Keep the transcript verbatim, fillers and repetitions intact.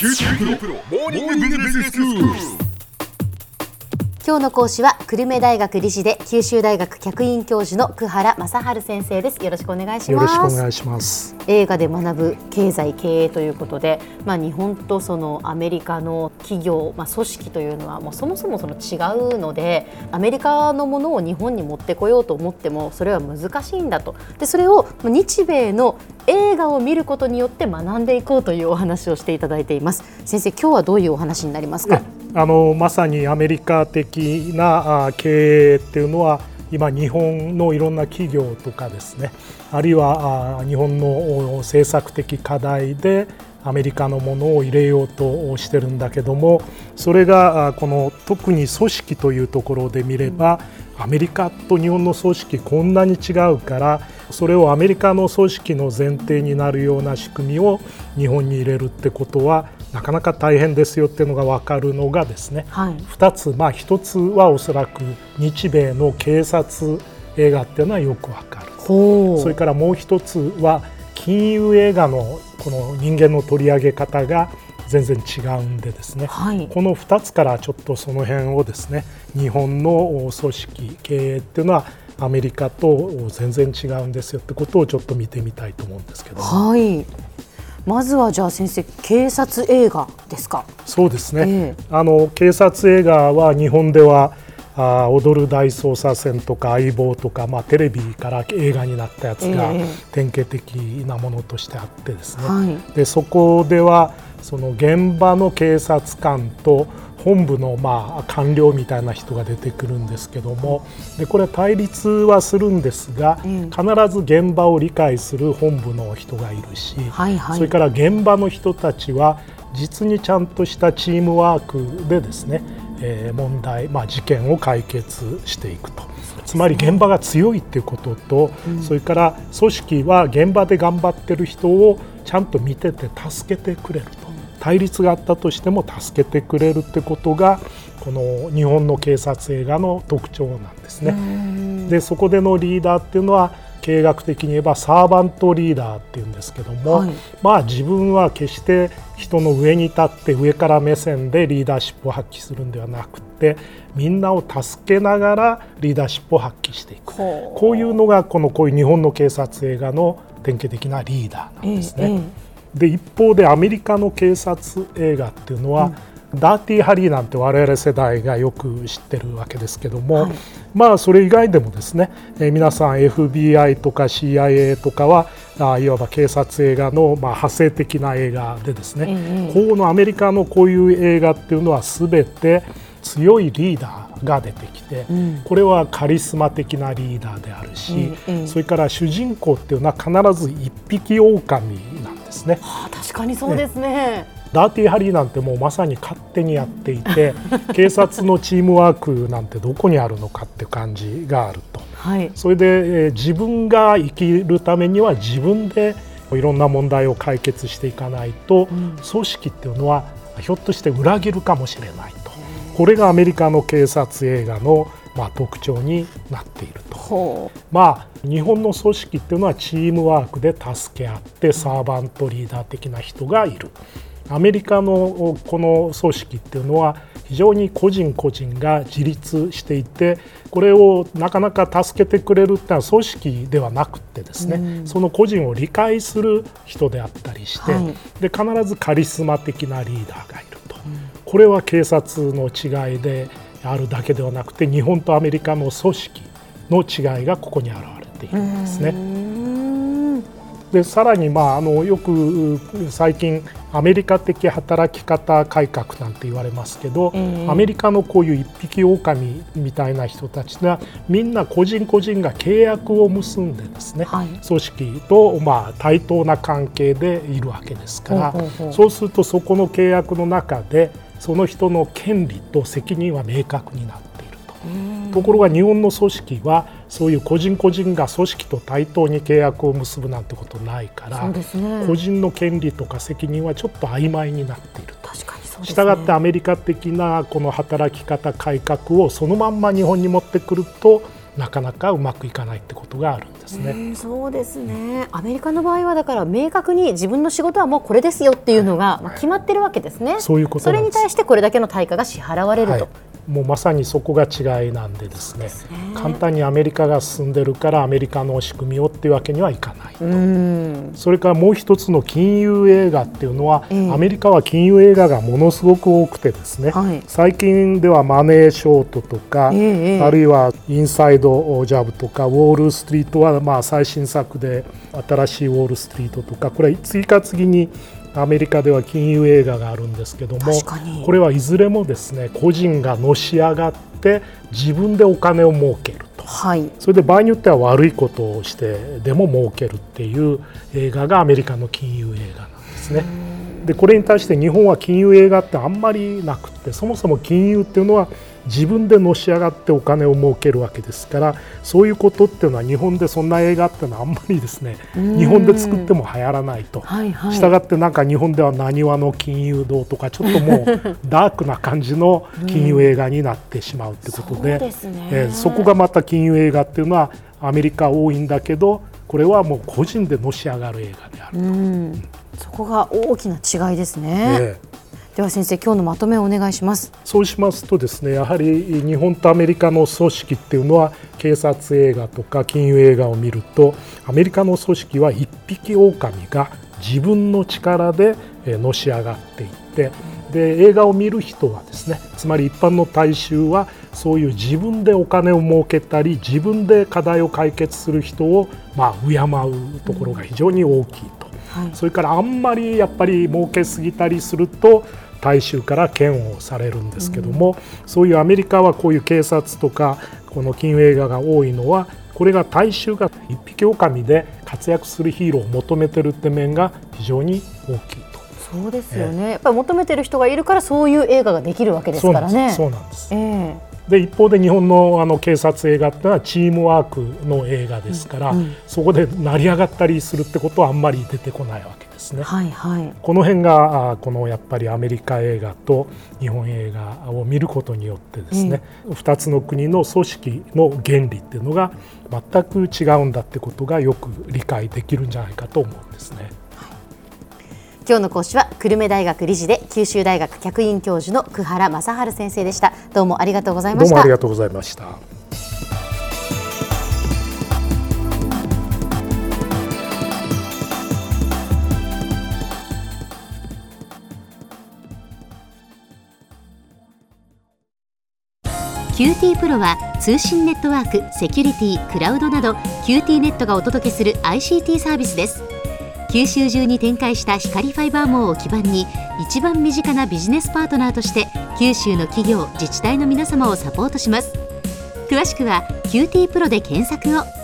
キューティープロモーニングビジネススクール。 今日の講師は久留米大学理事で九州大学客員教授の久原正治先生です。よろしくお願いします。 よろしくお願いします。 映画で学ぶ経済経営ということで、まあ、日本とそのアメリカの企業、まあ、組織というのはもうそもそもその違うので、アメリカのものを日本に持ってこようと思ってもそれは難しいんだと。でそれを日米の映画を見ることによって学んでいこうというお話をしていただいています。先生、今日はどういうお話になりますか？ あのまさにアメリカ的な経営っていうのは今日本のいろんな企業とかですね、あるいは日本の政策的課題でアメリカのものを入れようとしてるんだけども、それがこの特に組織というところで見れば、アメリカと日本の組織こんなに違うから、それをアメリカの組織の前提になるような仕組みを日本に入れるってことはなかなか大変ですよっていうのが分かるのがですね、はい、ふたつ、まあ、ひとつはおそらく日米の警察映画っていうのはよく分かる。それからもう一つは金融映画のこの人間の取り上げ方が全然違うんでですね、はい、このふたつからちょっとその辺をですね、日本の組織経営っていうのはアメリカと全然違うんですよってことをちょっと見てみたいと思うんですけど、 はい、まずはじゃあ先生、警察映画ですか？ そうですね、えー、あの警察映画は日本ではあ踊る大捜査線とか相棒とか、まあ、テレビから映画になったやつが典型的なものとしてあってですね、えーはい、でそこではその現場の警察官と本部のまあ官僚みたいな人が出てくるんですけども、でこれは対立はするんですが、うん、必ず現場を理解する本部の人がいるし、はいはい、それから現場の人たちは実にちゃんとしたチームワークでですね、えー、問題、まあ、事件を解決していくと。つまり現場が強いっていうことと、うん、それから組織は現場で頑張ってる人をちゃんと見てて助けてくれると。対立があったとしても助けてくれるってことがこの日本の警察映画の特徴なんですね。でそこでのリーダーっていうのは経営学的に言えばサーバントリーダーっていうんですけども、はい、まあ自分は決して人の上に立って上から目線でリーダーシップを発揮するんではなくて、みんなを助けながらリーダーシップを発揮していく、こういうのがこのこういう日本の警察映画の典型的なリーダーなんですね。ええで一方でアメリカの警察映画っていうのは、うん、ダーティーハリーなんて我々世代がよく知ってるわけですけども、はい、まあそれ以外でもですね、えー、皆さん エフビーアイ とか シーアイエー とかはあいわば警察映画のまあ派生的な映画でですね、うんうん、このアメリカのこういう映画っていうのは全て強いリーダーが出てきて、うん、これはカリスマ的なリーダーであるし、うんうん、それから主人公っていうのは必ず一匹狼なんですね。 はあ、確かにそうですね。 ダーティーハリーなんてもうまさに勝手にやっていて警察のチームワークなんてどこにあるのかって感じがあると、はい、それで、えー、自分が生きるためには自分でいろんな問題を解決していかないと、うん、組織っていうのはひょっとして裏切るかもしれないと。これがアメリカの警察映画のまあ特徴になっていると。まあ日本の組織っていうのはチームワークで助け合ってサーバントリーダー的な人がいる。アメリカのこの組織っていうのは非常に個人個人が自立していて、これをなかなか助けてくれるっていうのは組織ではなくてですね、うん、その個人を理解する人であったりして、はい、で必ずカリスマ的なリーダーがいると、うん、これは警察の違いであるだけではなくて、日本とアメリカの組織の違いがここに現れているんですね。でさらに、まあ、あのよく最近アメリカ的働き方改革なんて言われますけど、えー、アメリカのこういう一匹狼みたいな人たちはみんな個人個人が契約を結んでですね、はい、組織とまあ対等な関係でいるわけですから、ほうほうほう、そうするとそこの契約の中でその人の権利と責任は明確になっていると。ところが日本の組織はそういう個人個人が組織と対等に契約を結ぶなんてことないから、そうですね、個人の権利とか責任はちょっと曖昧になっていると。 確かにそうですね。 したがってアメリカ的なこの働き方改革をそのまんま日本に持ってくるとなかなかうまくいかないってことがあるんですね。 うん、そうですね。アメリカの場合はだから明確に自分の仕事はもうこれですよっていうのが、まあ、決まってるわけですね。 そういうことなんです。 それに対してこれだけの対価が支払われると、 はい、もうまさにそこが違いなんでですね、簡単にアメリカが進んでるからアメリカの仕組みをっていうわけにはいかないと。うん、それからもう一つの金融映画っていうのは、えー、アメリカは金融映画がものすごく多くてですね、はい、最近ではマネーショートとか、えー、あるいはインサイドジャブとかウォールストリートはまあ最新作で新しいウォールストリートとか、これは次か次にアメリカでは金融映画があるんですけども、これはいずれもですね、個人がのし上がって自分でお金を儲けると、はい、それで場合によっては悪いことをしてでも儲けるっていう映画がアメリカの金融映画なんですね。でこれに対して日本は金融映画ってあんまりなくって、そもそも金融っていうのは自分でのし上がってお金を儲けるわけですから、そういうことっていうのは日本でそんな映画っていうのはあんまりですね、日本で作っても流行らないと、はいはい、したがってなんか日本ではなにわの金融道とかちょっともうダークな感じの金融映画になってしまうということで、 そうですね、えー、そこがまた金融映画っていうのはアメリカ多いんだけど、これはもう個人でのし上がる映画であると、うん、 そこが大きな違いですね。えーでは先生、今日のまとめをお願いします。 そうしますとですね、やはり日本とアメリカの組織っていうのは、警察映画とか金融映画を見ると、アメリカの組織は一匹狼が自分の力でのし上がっていって、で映画を見る人はですね、つまり一般の大衆はそういう自分でお金を儲けたり自分で課題を解決する人をまあ敬うところが非常に大きいと、はい、それからあんまりやっぱり儲けすぎたりすると大衆から嫌悪されるんですけども、うん、そういうアメリカはこういう警察とかこの金融映画が多いのは、これが大衆が一匹狼で活躍するヒーローを求めてるって面が非常に大きいと。 そうですよね、えー、やっぱり求めてる人がいるからそういう映画ができるわけですからね。 そうなんです、そうなんです、えー、で一方で日本のあの警察映画っていうのはチームワークの映画ですから、うんうん、そこで成り上がったりするってことはあんまり出てこないわけですね、はいはい、この辺がこのやっぱりアメリカ映画と日本映画を見ることによってですね、うん、ふたつの国の組織の原理っていうのが全く違うんだってことがよく理解できるんじゃないかと思うんですね。 今日の講師は久留米大学理事で九州大学客員教授の久原正治先生でした。どうもありがとうございました。 どうもありがとうございました。 キューティー プロは通信ネットワーク、セキュリティ、クラウドなど キューティー ネットがお届けする アイシーティー サービスです。九州中に展開した光ファイバー網を基盤に一番身近なビジネスパートナーとして九州の企業、自治体の皆様をサポートします。詳しくは キューティー プロで検索を。